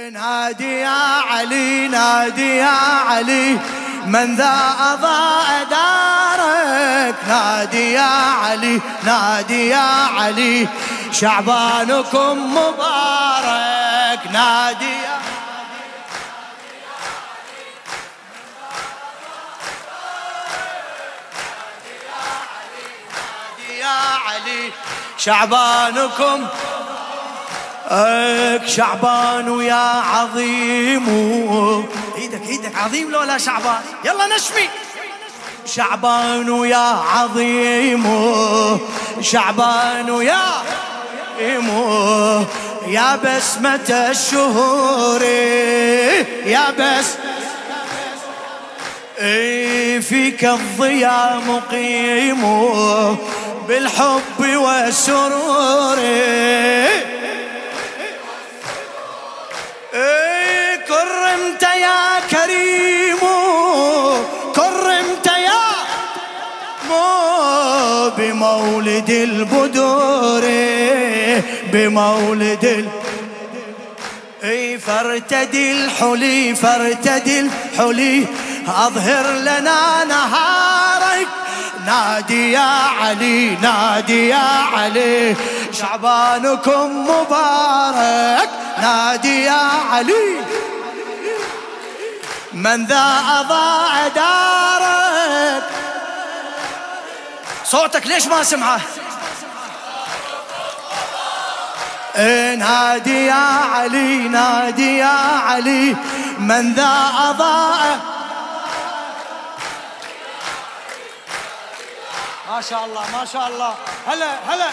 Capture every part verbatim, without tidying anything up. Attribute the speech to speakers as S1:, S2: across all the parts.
S1: نادي يا علي نادي يا علي من ذا أضاء دارك. نادي يا علي نادي يا علي شعبانكم مبارك. نادي يا علي شعبانكم اك شعبان يا عظيم. ايدك ايدك عظيم لو لا شعبان، يلا نشمي. شعبان يا عظيم شعبان يا عظيم يا بسمة الشهور يا بس فيك الضياء مقيم بالحب والسرور. كرمت يا كريم كرمت يا مو بمولد البدور بمولد ال فارتدي الحلي فارتدي الحلي أظهر لنا نهارك. نادي يا علي نادي يا علي شعبانكم مبارك. نادي يا علي من ذا أضاء دارك. صوتك ليش ما سمعه؟ نادي يا علي نادي يا علي من ذا أضاء. ما شاء الله ما شاء الله هلا هلا.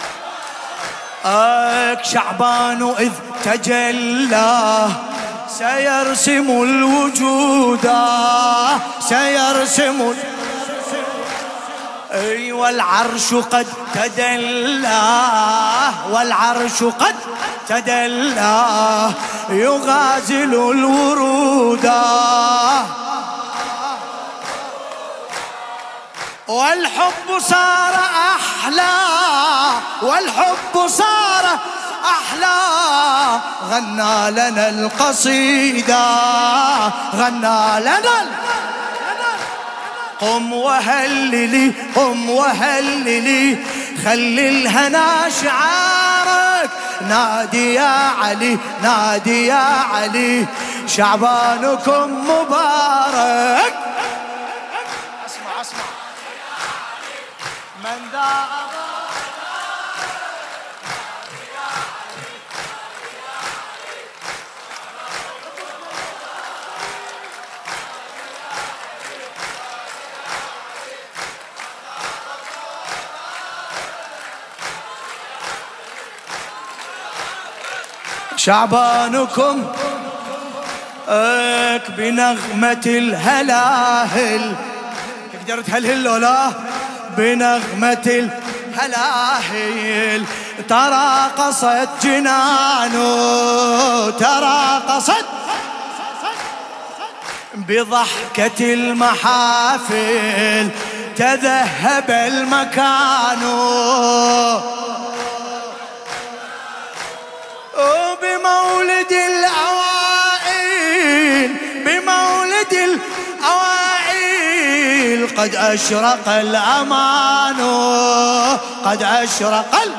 S1: اك شعبان إذ تجلى سيرسم الوجود سيرسم اي والعرش قد تدلى والعرش قد تدلى يغازل الورود والحب صار أحلى والحب صار أحلى. غنى لنا القصيدة غنى لنا. قم وهللي قم وهللي خلي الهنا شعارك. نادي يا علي نادي يا علي شعبانكم مبارك. اسمع اسمع من ذا شعبانكم اك بنغمة الهلاهل. تقدر تهلهل لو لا؟ بنغمة الهلاهل تراقصت جنانه تراقصت بضحكة المحافل تذهب المكان. بمولد الأوائل بمولد الأوائل قد أشرق الأمان قد أشرق ال...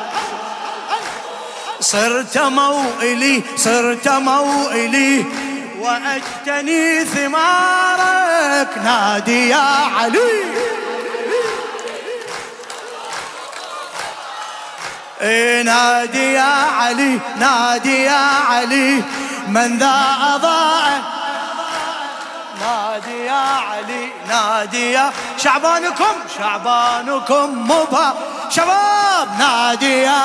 S1: صرت موئلي صرت موئلي وأجتني ثمارك. نادي يا علي نادي يا علي نادي يا علي من ذا أضاء. نادي يا علي نادي يا شعبانكم شعبانكم مبارك. شباب نادي يا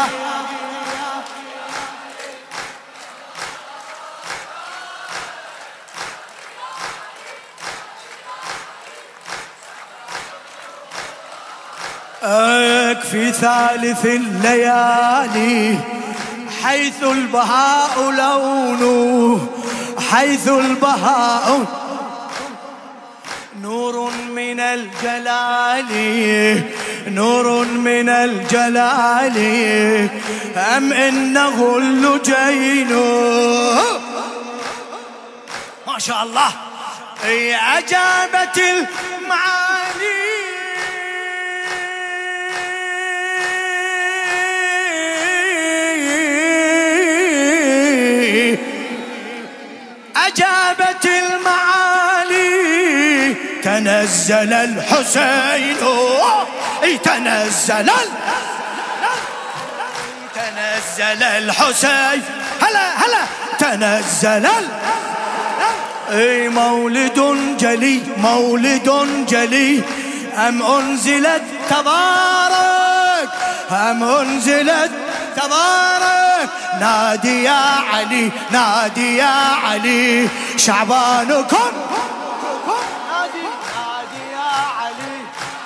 S1: اك في ثالث الليالي حيث البهاء لونه حيث البهاء نور من الجلال نور من الجلال أم إنه اللجين ما شاء الله. اي أجابت المعالي أجابت المعالي تنزل الحسين. اي تنزل تنزل الحسين. هلا هلا تنزل. اي مولد جلي مولد جلي أم أنزلت تبارك أم أنزلت تبارك. نادي يا علي نادي يا علي شعبانكم. نادي نادي يا علي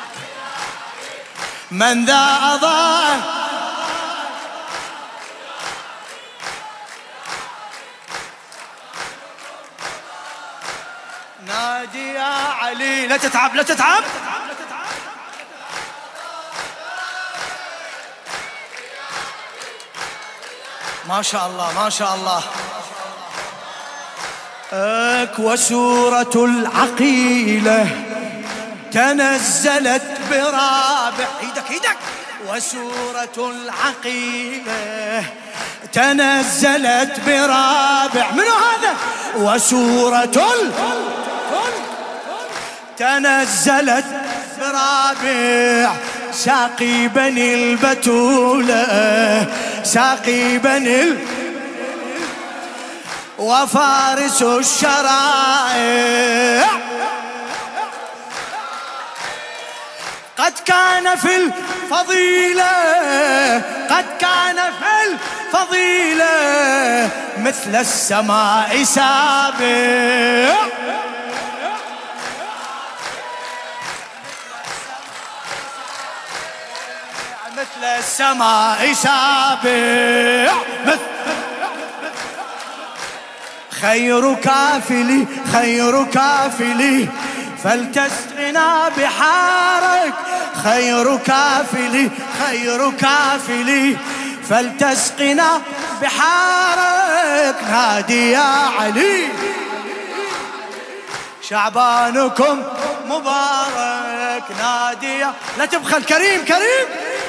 S1: من ذا أضاء. نادي يا علي. لا تتعب لا تتعب. ما شاء الله ما شاء الله. اك وسورة العقيلة تنزلت برابع. ايدك ايدك. وسورة العقيلة تنزلت برابع. منو هذا؟ وسورة ال تنزلت برابع. ساقي بني البتولة ساقي بني ال وفارس الشرائع. قد كان في الفضيلة قد كان في الفضيلة مثل السماء سابع. مثل السماء سابع. خير كافلي خير كافلي فلتسقنا بحارك. خير كافلي خير كافلي فلتسقنا بحارك. نادي يا علي شعبانكم مبارك. نادي يا لا تبخل. كريم كريم.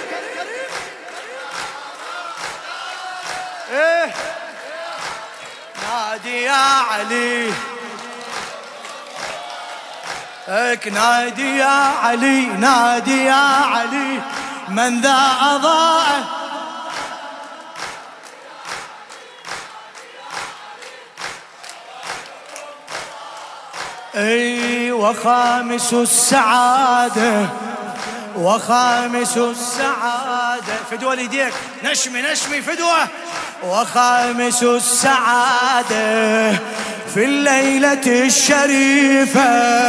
S1: إيه نادي يا علي. اك نادي يا علي نادي يا علي من ذا أضاء. اي وخامس السعادة وخامس السعادة. فدوة ليديك. نشمي نشمي فدوة. وخامس السعادة في الليلة الشريفة.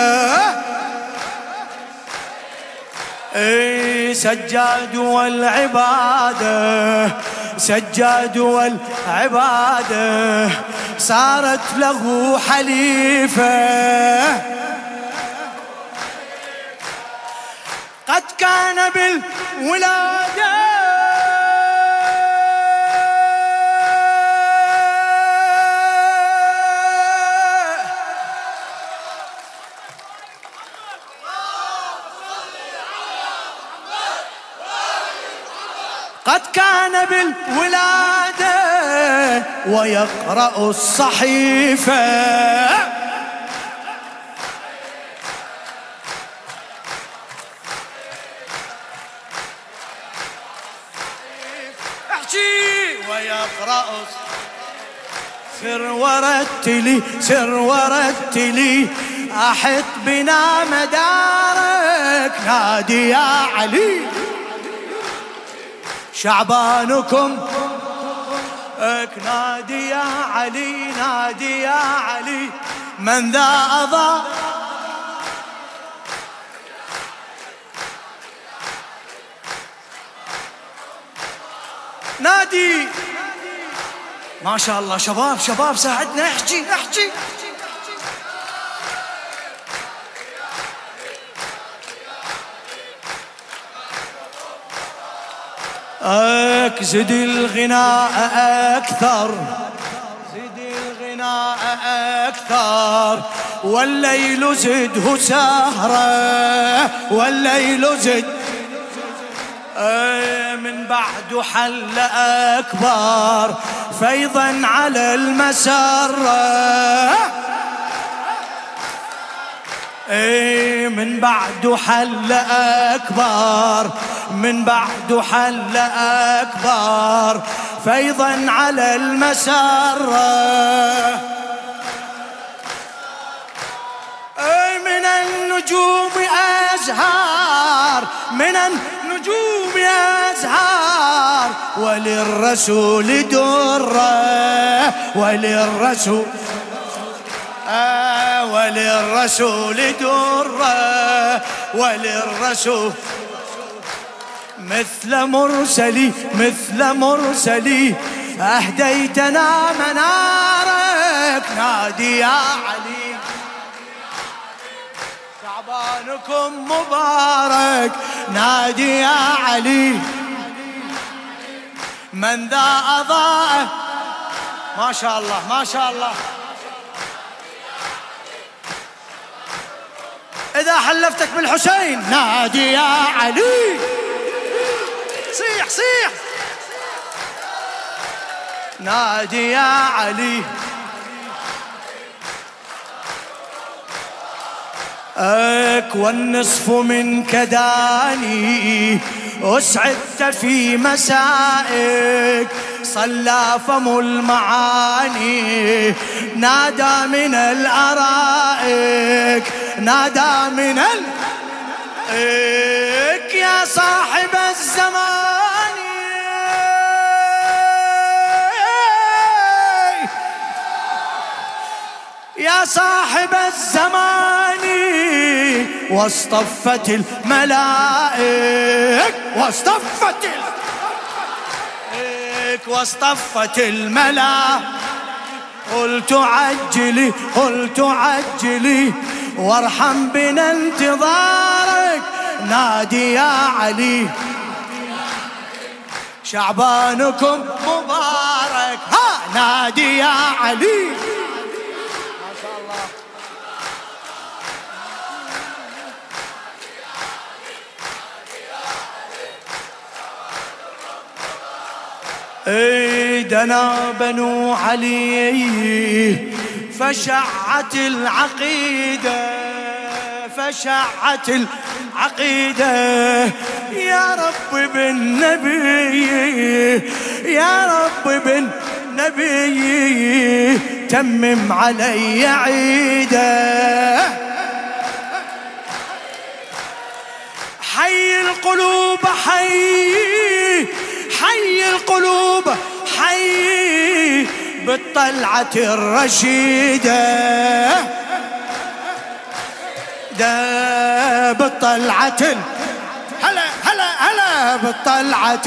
S1: اي سجاد والعبادة سجاد والعبادة صارت له حليفة. قد كان بالولادة قد كان بالولادة ويقرأ الصحيفة. احكي. ويقرأ سر ورتلي سر ورتلي أحط بنا مدارك. نادي يا علي شعبانكم. اك نادي يا علي نادي يا علي من ذا أضاء. نادي. ما شاء الله. شباب شباب ساعدنا. احكي احكي. اك زد الغناء اكثر زد الغناء أكثر والليل زده سهرة والليل زد من بعد حل أكبر فيضا على المسرة من بعد حل أكبر من بعد حل أكبر فيضا على المسرة من النجوم أزهار من النجوم أزهار وللرسول درة وللرسول آه وللرسول درة وللرسول مثل مرسلي مثل مرسلي أهديتنا منارك نادي يا علي شعبانكم مبارك نادي يا علي من ذا أضاء ما شاء الله ما شاء الله إذا حلفتك بالحسين نادي يا علي صيح صيح نادي يا علي أك والنصف منك داني أسعدت في مسائك صلى فم المعاني نادى من الأرائك نادى من الأرائك يا صاحب الزمان يا صاحب الزمان واصطفت الملائك واصطفت الملائك واصطفت الملائك قلت عجلي قلت عجلي وارحم بنا انتظارك نادي يا علي شعبانكم مبارك ها نادي يا علي ما شاء الله اي دنا بنو علي فشعت العقيدة فشعت العقيدة يا رب بالنبي يا رب بالنبي تمم علي عيده حي القلوب حي حي القلوب حي بالطلعة الرشيدة ده بالطلعة هلا هلا هلا بالطلعة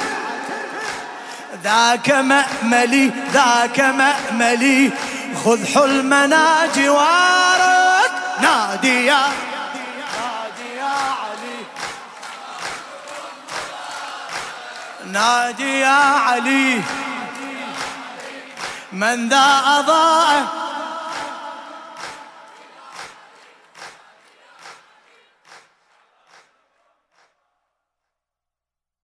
S1: ذاك مأملي ذاك مأملي خذ حلمنا جوارك نادي يا نادي يا علي نادي يا علي من ذا أضاء